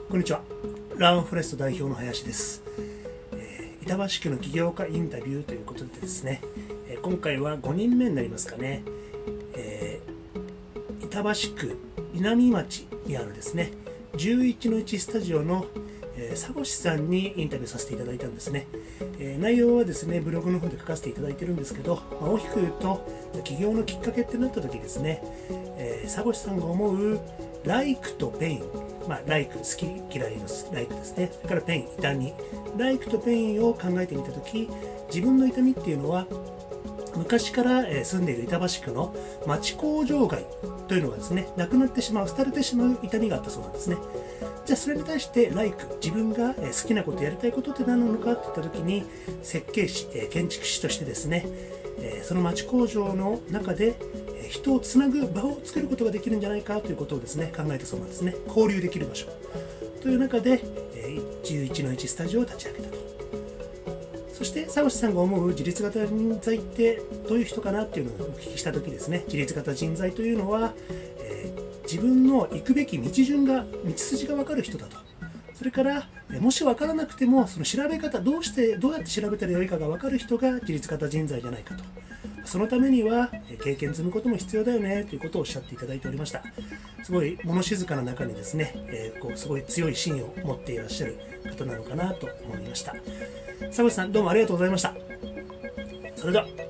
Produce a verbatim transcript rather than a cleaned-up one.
こんにちは。ランフォレスト代表の林です。えー、板橋区の起業家インタビューということでですね、えー、今回はごにんめになりますかね、えー、板橋区南町にあるですね、じゅういちのいちスタジオのえー、佐越さんにインタビューさせていただいたんですね。えー、内容はですね、ブログの方で書かせていただいてるんですけど、まあ、大きく言うと、起業のきっかけってなった時ですね、えー、佐越さんが思うライクとペイン、まあ、ライク、好き嫌いのライクですね。それからペイン、痛み。ライクとペインを考えてみた時、自分の痛みっていうのは、昔から住んでいる板橋区の町工場街というのがですね、なくなってしまう、廃れてしまう痛みがあったそうなんですね。じゃあそれに対してライク、自分が好きなことやりたいことって何なのかっていった時に、設計士、建築士としてですね、その町工場の中で人をつなぐ場を作ることができるんじゃないかということをですね、考えたそうなんですね。交流できる場所という中でじゅういちのいちスタジオを立ち上げたと。そして佐越さんが思う自立型人材ってどういう人かなっていうのをお聞きしたときですね、自立型人材というのは、えー、自分の行くべき道順が、道筋が分かる人だと。それから、もし分からなくても、その調べ方、どうして、どうやって調べたらよいかが分かる人が自立型人材じゃないかと。そのためには経験積むことも必要だよねということをおっしゃっていただいておりました。すごい物静かな中にですね、えー、こうすごい強い芯を持っていらっしゃる方なのかなと思いました。佐越さん、どうもありがとうございました。それでは。